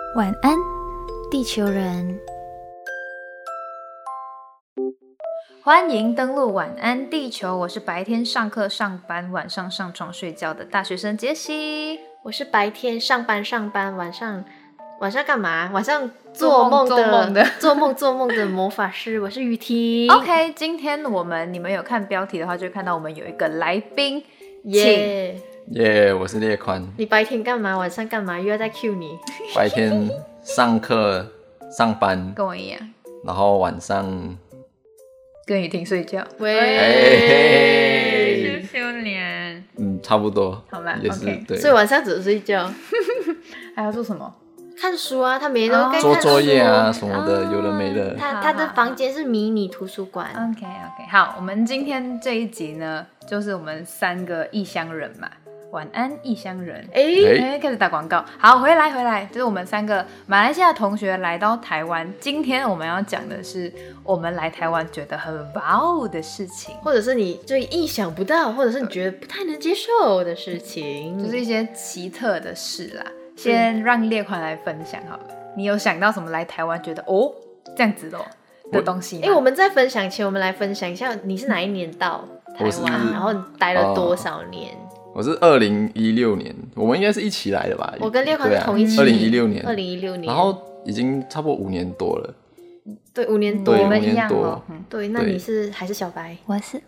晚安，地球人。欢迎登录晚安地球，我是白天上课上班，晚上上床睡觉的大学生杰西。 我是白天上班，晚上干嘛？晚上做梦的魔法师，我是雨婷。 OK， 今天你们有看标题的话，就会看到我们有一个来宾， 耶耶，我是列宽。 你白天干嘛？晚上干嘛？又要再 cue 你？ 白天上课上班， 跟我一样， 然后晚上跟雨婷睡觉。 喂， 羞脸。 差不多。 好啦， 也是 OK 对。 所以晚上只睡觉， 还要做什么？ 看书啊，他每天都该看书做作业啊什么的，有的没的。 他的房间是迷你图书馆。 OK， 好，我们今天这一集呢，就是我们3个异乡人嘛。晚安，异乡人。开始打广告。好，回来，就是我们3个马来西亚同学来到台湾。今天我们要讲的是我们来台湾觉得很哇哦的事情， 或者是你最意想不到，或者是你觉得不太能接受的事情， 就是一些奇特的事啦。先让列宽来分享好了，你有想到什么来台湾觉得这样子的东西吗？ 我们在分享前，我们来分享一下你是哪一年到台湾，然后你待了多少年？ 我是2016年，我们应该是一起来的吧？ 我跟列宽是同一期 ，2016年， 然后已经差不多5年多了。 对，5年多， 对我们一样多。 对，那你是还是小白？ 我是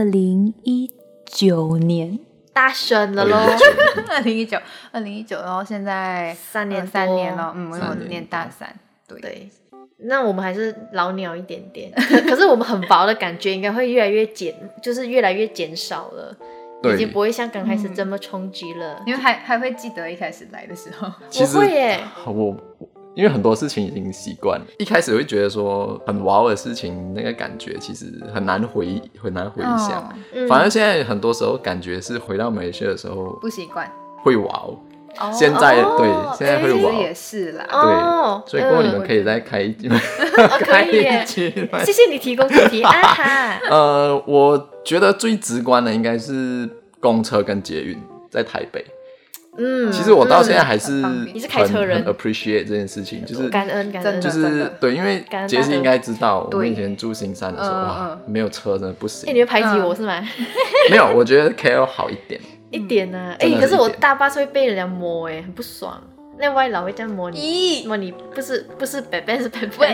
2019年。 大升了咯 2019，然后现在 3年了，因为我念大3， 对，那我们还是老鸟一点点，可是我们很薄的感觉应该会越来越减少了，已经不会像刚开始这么冲击了。 因为还会记得一开始来的时候， 我会耶， 因为很多事情已经习惯了，一开始会觉得说很哇的事情，那个感觉其实很难回想。反而现在很多时候感觉是回到马来西亚的时候不习惯， 会哇现在现在会哇也是啦。 对，所以过后你们可以再开一集， 可以耶，谢谢你提供主题啊哈。 我觉得最直观的应该是公车跟捷运在台北。其实我到现在还是你是开车人， 很 appreciate 这件事情，就是感恩， 就是对，因为杰西应该知道，我们以前住新山的时候，哇，没有车真的不行。 你会排挤我是吗？ 没有，我觉得 KL 好一点， 一点啊。可是我大巴是会被人家摸，很不爽。那外老会这样摸你，摸你不是北北是北北。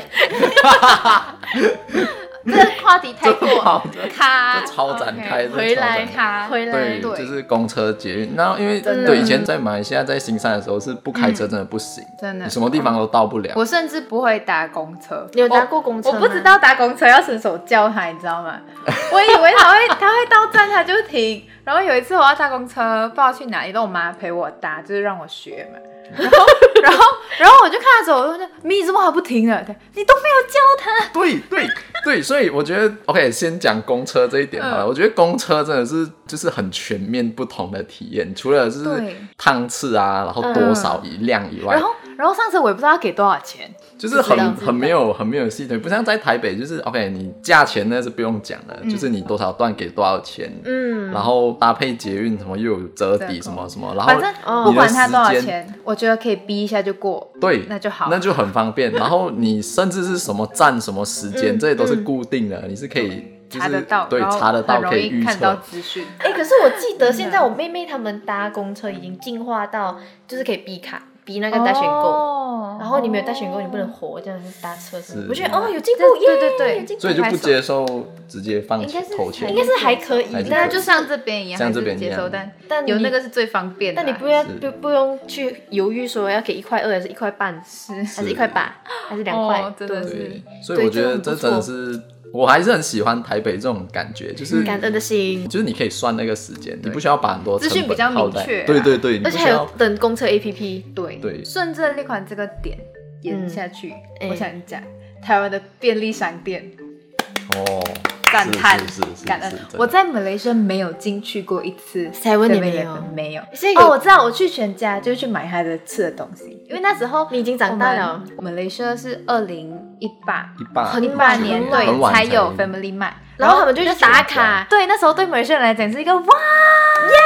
这个话题太过卡，这超展开， 回来， 对，就是公车捷运。然后因为对以前在马来西亚在新山的时候是不开车真的不行，真的，你什么地方都到不了。 我甚至不会搭公车。 你有搭过公车吗？ 我不知道搭公车要伸手叫他，你知道吗？我以为他会到站他就停。然后有一次我要搭公车，不知道去哪里，让我妈陪我搭，就是让我学嘛。然后我就看他走，我就说：“你怎么还不停了？你都没有教他。” 对，所以我觉得 OK， 先讲公车这一点好了。我觉得公车真的是就是很全面不同的体验，除了是趟次啊，然后多少量以外， 然后上次我也不知道要给多少钱， 就是很没有系统，不像在台北，就是 OK， 你价钱那是不用讲的，就是你多少段给多少钱，然后搭配捷运什么又有折抵什么什么，然后反正不管他多少钱，我觉得可以逼一下就过， 对， 那就好， 那就很方便。然后你甚至是什么站什么时间，这些都是固定的，你是可以。 查得到， 对，查得到，可以预测看到资讯。 可是我记得现在我妹妹他们搭公车已经进化到，就是可以逼卡，逼那个大选购，然后你没有大选购，你不能活，这样子搭车。我觉得有进步， 对， 所以就不接受直接放投钱， 应该是还可以， 但就像这边一样， 像这边接受，但有那个是最方便的。 但你不用去犹豫说要给1.2块还是1.5块，还是1.8块，还是2块， 真的是。 所以我觉得这真的是。我还是很喜欢台北这种感觉，就是感恩的心， 就是你可以算那个时间，你不需要把很多资讯比较明确， 对， 而且还有等公车 APP， 对，顺着那款这个点延下去，我想讲台湾的便利商店，赞叹，感恩。我在马来西亚没有进去过一次 ，7 没有。我知道，我去全家就是去买他的吃的东西，因为那时候你已经长大了。 马来西亚是 2018 年对才有 Family Mart， 然后他们就去打卡。 对，那时候对马来西亚人来讲是一个哇，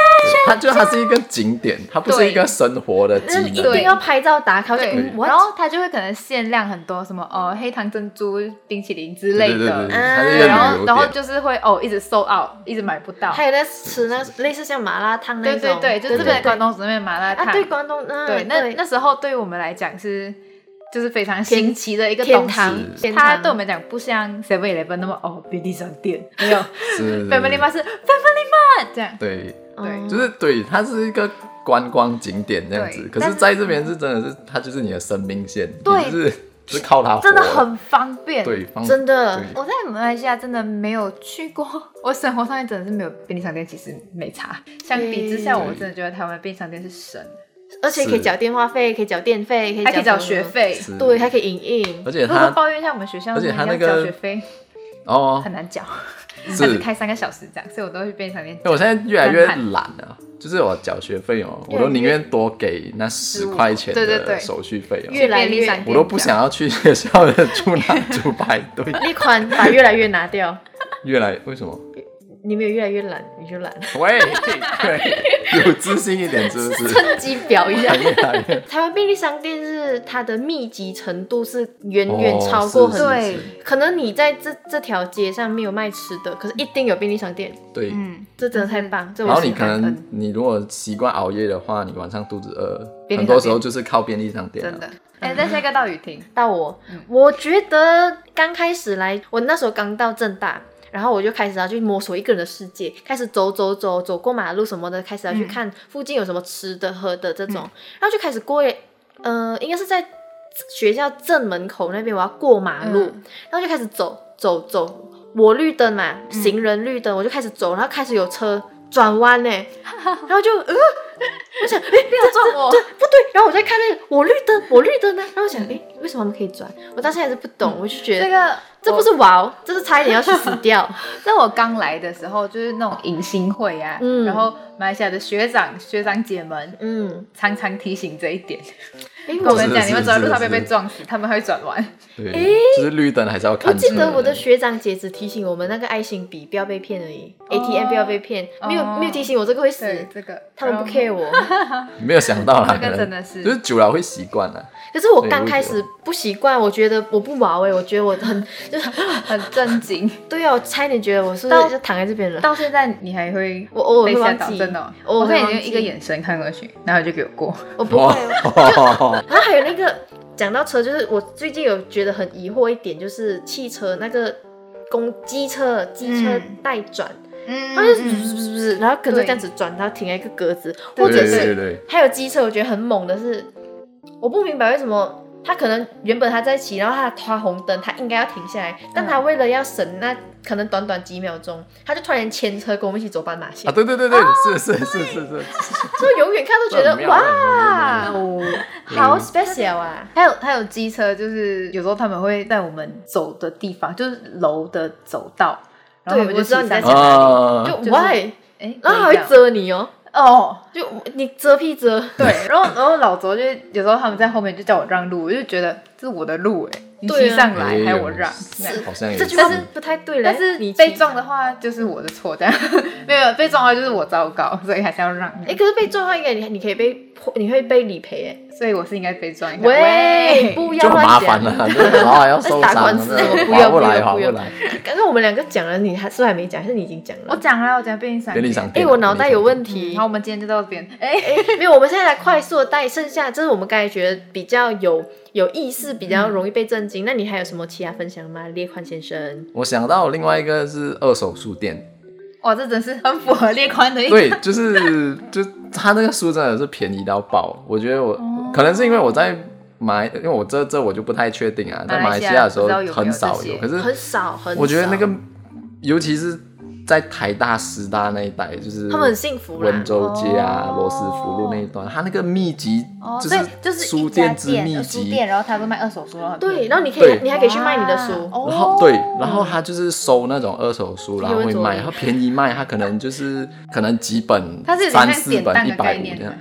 它是一个景点，它不是一个生活的机能， 一定要拍照打卡。 然后它就会可能限量很多什么黑糖珍珠冰淇淋之类的，然后就是会一直sold out，一直买不到。 还有在吃那类似像麻辣烫那种， 对，就这边关东煮那边麻辣烫。 对，关东， 对，那时候对于我们来讲就是非常新奇的一个东西， 它对我们讲不像 7-Eleven 那么便利商店，没有，Family Mart 是 Family Mart 这样， 对，就是对，它是一个观光景点这样子，可是在这边是真的是它就是你的生命线，对，就是靠它活， 真的很方便， 对， 真的， 我在马来西亚真的没有去过，我生活上面真的是没有便利商店，其实没差，相比之下，我真的觉得台湾便利商店是神。 而且可以缴电话费，可以缴电费， 还可以缴学费， 对，还可以影印。 而且如果抱怨一下我们学校， 而且他那个缴学费很难缴，他只开3个小时这样，所以我都会便利商店。 我现在越来越懒了，就是我缴学费我都宁愿多给那10块钱的手续费越来越懒， 我都不想要去学校的住排队。 那款把越来越拿掉， 为什么？ 你没有越来越懒，你就懒。 喂，对，有自信一点是不是？ 趁机表一下。台湾便利商店是它的密集程度是远远超过很多，可能你在这条街上没有卖吃的，可是一定有便利商店。 对， 这真的太棒。 然后你可能你如果习惯熬夜的话，你晚上肚子饿，很多时候就是靠便利商店。 真的。再下一个到雨婷， 到我觉得刚开始来，我那时候刚到政大。然后我就开始要去摸索一个人的世界，开始走过马路什么的，开始要去看附近有什么吃的喝的这种，然后就开始应该是在学校正门口那边，我要过马路，然后就开始走，我绿灯嘛，行人绿灯，我就开始走，然后开始有车转弯呢，然后就我想不要撞我，对不对？然后我在看那个我绿灯呢，然后我想为什么他们可以转？我到现在还是不懂，我就觉得这不是哇，这是差一点要去死掉。 在我刚来的时候，就是那种迎新会啊，然后马来西亚的学长姐们，常常提醒这一点。跟我们讲，你们走在路上被撞死，他们会转弯。 对，就是绿灯还是要看。 我记得我的学长姐只提醒我们那个爱心笔不要被骗而已，ATM 不要被骗，没有提醒我这个会死。 这个他们不 care 我。 没有想到啦， 这个真的是， 就是久了会习惯了。 可是我刚开始不习惯，我觉得我不毛我觉得我很震惊。 对啊，我差一点觉得我是不是就躺在这边了。 到现在你还会我偶尔会忘记，真的，我可以用一个眼神看过去，然后就给我过。 我不会。然后还有那个讲到车，就是我最近有觉得很疑惑一点，就是汽车那个机车带转。它就是然后跟着这样子转，然后停在一个格子，或者是还有机车，我觉得很猛的是，我不明白为什么他可能原本他在骑，然后他花红灯，他应该要停下来，但他为了要省那可能短几秒钟，他就突然牵车跟我们一起走斑马线啊！对，是， 就永远看都觉得哇，好 special 啊！ 还有机车，就是有时候他们会在我们走的地方，就是楼的走道。然后我就知道你在讲哪里，就 why， 然后还会遮你就你遮屁遮， 对，然后老周就有时候他们在后面就叫我让路，我就觉得这是我的路你骑上来还有我让， 好像这句话不太对了， 但是你被撞的话就是我的错，这样没有被撞的话就是我糟糕，所以还是要让。 可是被撞的话应该你可以你会被理赔所以我是应该被撞一下。 喂，不要乱讲， 就麻烦了，然后还要收打官司，不要。刚刚我们两个讲了，你是不是还没讲？还是你已经讲了？ 我讲了，我讲便利商店。 我脑袋有问题。 好，我们今天就到这边。 没有，我们现在来快速的带剩下，这是我们刚才觉得比较有意思，比较容易被震惊。那你还有什么其他分享吗，列宽先生？ 我想到另外一个是二手书店。 哇，这真是很符合列宽的。 对，就他那个书真的是便宜到爆。我觉得可能是因为我在因为我这我就不太确定啊，在马来西亚的时候很少有，可是很少。 我觉得那个尤其是在台大师大那一带，就是他们很幸福啦， 温州街啊、罗斯福路那一段，他那个秘籍就是书店之秘籍， 书店，然后他都卖二手书， 对，然后你还可以去卖你的书， 然后他就是收那种二手书，然后会卖，然后便宜卖，他可能几本，3-4本150这样。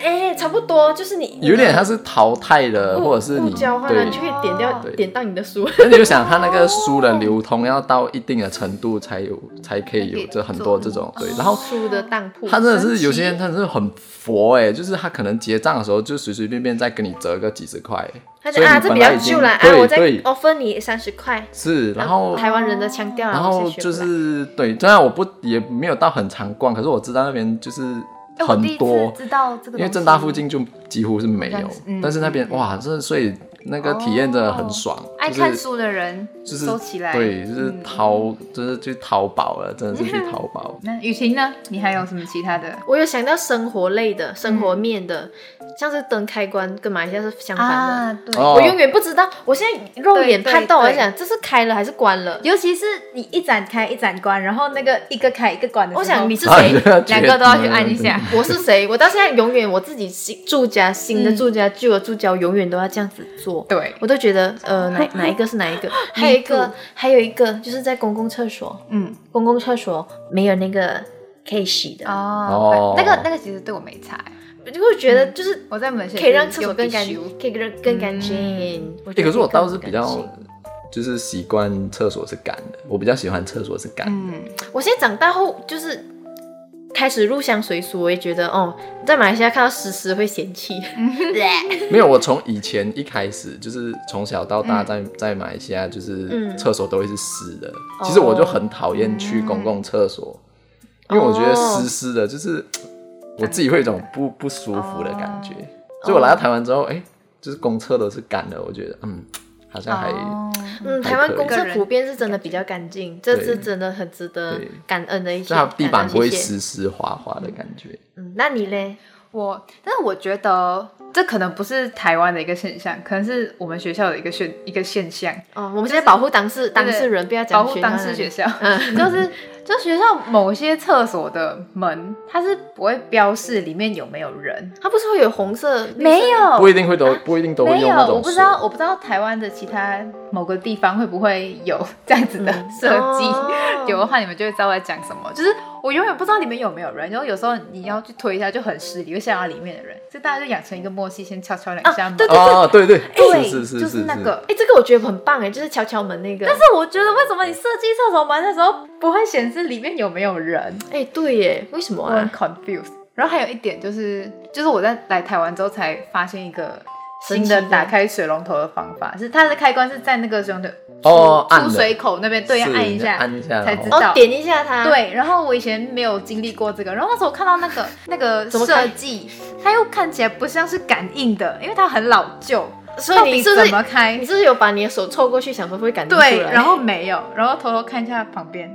差不多，就是你有点它是淘汰的，或者是你交换了，你就可以点到你的书。 那你就想，它那个书的流通要到一定的程度才可以有这很多这种对，然后书的当铺， 他真的是有些人，他真的很佛就是他可能结账的时候就随随便便再跟你折个几十块， 他就这比较旧了我再 offer 你30块， 是，然后台湾人的腔调， 然后就是对，虽然我也没有到很常逛，可是我知道那边就是很多， 知道这个， 因为政大附近就几乎是没有，但是那边哇，真的所以那个体验真的很爽， 爱看书的人就是收起来， 对，就是就是去淘宝了，真的是去淘宝。 那雨晴呢？你还有什么其他的？ 我有想到生活类的、生活面的，像是灯开关跟马来西亚是相反的。对，我永远不知道，我现在肉眼看到，我在想这是开了还是关了。 尤其是你一盏开一盏关，然后那个一个开一个关的时候， 我想你是谁？ 两个都要去按一下。 我是谁？我到现在永远我自己新的住家、旧的住家，我永远都要这样子做。 对， 我都觉得哪一个是哪一个？还有一个就是在公共厕所，公共厕所没有那个可以洗的那个其实对我没差。 就会觉得就是我在门前可以让厕所更干净，可以更干净。 可是我倒是比较就是习惯厕所是干的，我比较喜欢厕所是干的。 我现在长大后就是开始入乡随俗，我也觉得在马来西亚看到湿会嫌弃。 没有，我从以前一开始就是从小到大在马来西亚就是厕所都会是湿的。其实我就很讨厌去公共厕所，因为我觉得湿的就是我自己会有一种不舒服的感觉。所以我来到台湾之后，就是公厕都是干的，我觉得好像还台湾公厕普遍是真的比较干净，这是真的很值得感恩的一些。 它地板不会湿滑滑的感觉。 那你嘞？ 但是我觉得这可能不是台湾的一个现象，可能是我们学校的一个现象。 我们现在保护当事人，不要讲保护当事学校，就学校某些厕所的门，它是不会标示里面有没有人， 它不是会有红色？ 没有， 不一定都会用那种。 我不知道台湾的其他某个地方会不会有这样子的设计。有的话，你们就会知道我在讲什么。就是我永远不知道里面有没有人，然后有时候你要去推一下就很失礼，会吓到里面的人，所以大家就养成一个默契，先敲两下门。 对， 是就是那个。这个我觉得很棒就是敲敲门那个。 但是我觉得为什么你设计厕所门的时候不会显示里面有没有人？ 对耶，为什么啊？ 我很 confused。然后还有一点就是我在来台湾之后才发现一个新的打开水龙头的方法，是它的开关是在那个水龙头出水口那边，对，要按一下才知道， 点一下它。 对，然后我以前没有经历过这个，然后那时候我看到那个设计，它又看起来不像是感应的，因为它很老旧。 所以你是怎么开？ 你是不是有把你的手凑过去，想说会感应出来？ 对，然后没有，然后偷偷看一下旁边。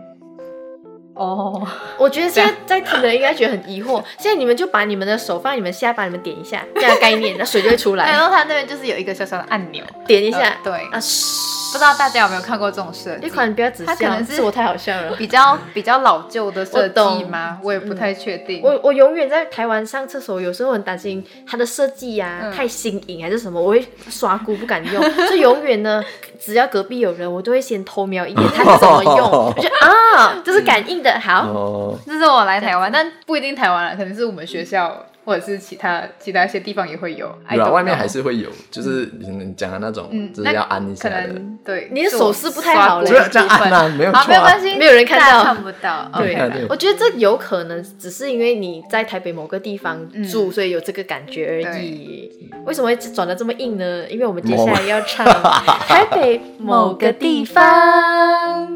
我觉得现在在听的应该觉得很疑惑。现在你们就把你们的手放在你们下巴，你们点一下，这样的概念，那水就会出来。 然后它那边就是有一个小小的按钮， 点一下。 对不知道大家有没有看过这种设计？ 一款不要只笑，它可能是我太好笑了。 比较老旧的设计吗？我也不太确定。 我永远在台湾上厕所，有时候很担心它的设计太新颖还是什么，我会刷菇不敢用。所以永远呢，只要隔壁有人，我都会先偷瞄一眼它是怎么用。我觉得这是感应的。好， 这是我来台湾，但不一定台湾了，可能是我们学校或者是其他一些地方也会有。 对啊，外面还是会有，就是你讲的那种，就是要按一下的。 可能对， 你的手势不太好嘞， 这样按啊，没有错， 没有关系， 没有人看到， 看不到。 对，我觉得这有可能只是因为你在台北某个地方住，所以有这个感觉而已。为什么会转得这么硬呢？因为我们接下来要唱台北某个地方。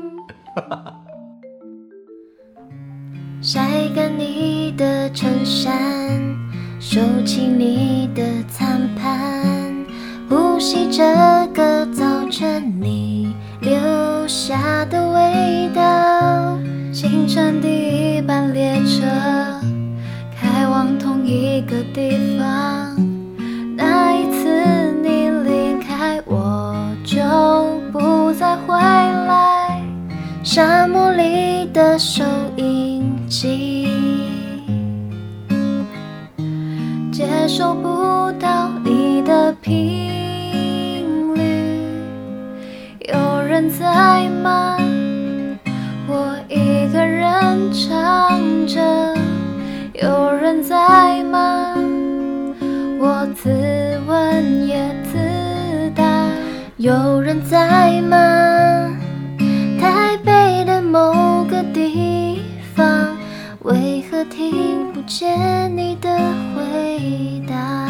晒干你的衬衫，收起你的餐盘，呼吸这个早晨你留下的味道。清晨第一班列车开往同一个地方，那一次你离开我就不再回来。沙漠里的收音机接收不到你的频率，有人在吗？我一个人唱着，有人在吗？ 自问也自答，有人在吗？台北的某个地方，为何听不见你的回答？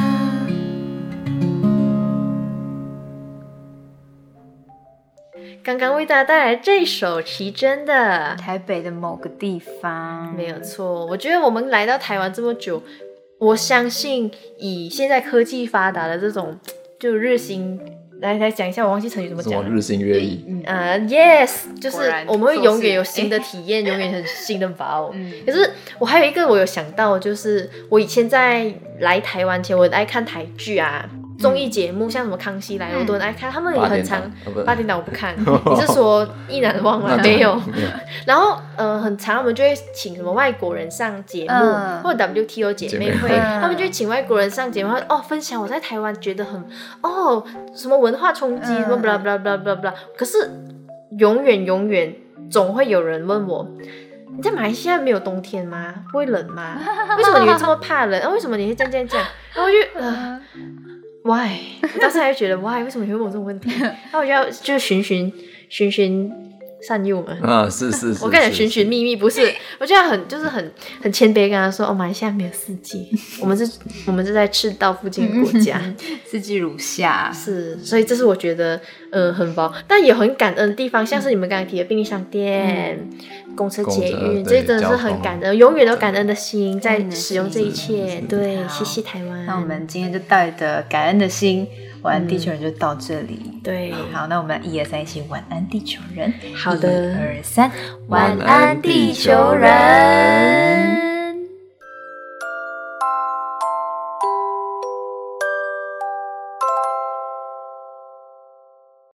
刚刚为大家带来这首奇珍的台北的某个地方， 没有错。我觉得我们来到台湾这么久，我相信以现在科技发达的这种就日新，来讲一下，我忘记成语怎么讲了。 什么日新月异 ？Yes， 就是我们会永远有新的体验，永远很新的哇哦。可是我还有一个我有想到，就是我以前在来台湾前，我很爱看台剧啊。综艺节目像什么康熙来了我都很爱看，他们也很常八点档我不看，你是说意难忘吗？没有。然后很常他们就会请什么外国人上节目，或者 WTO 姐妹会，他们就会请外国人上节目，分享我在台湾觉得很什么文化冲击，什么 blah blah blah blah blah。可是永远总会有人问我，你在马来西亚没有冬天吗？不会冷吗？为什么你会这么怕冷？为什么你会这样？然后我就why？ 我当时还觉得 why？ 为什么你会问我这种问题？然后我就要就循循善诱嘛。是。我跟你讲，寻觅觅不是，我就要很谦卑跟他说，马来西亚没有四季，我们是在赤道附近的国家， 四季如夏。 是，所以这是我觉得很棒，但也很感恩的地方，像是你们刚才提的便利商店、公车捷运，这些真的是很感恩，永远都感恩的心在使用这一切。对，谢谢台湾。 那我们今天就带着感恩的心，晚安地球人就到这里。 对， 好，那我们1、2、3一起晚安地球人。 好的 1、2、3，晚安地球人。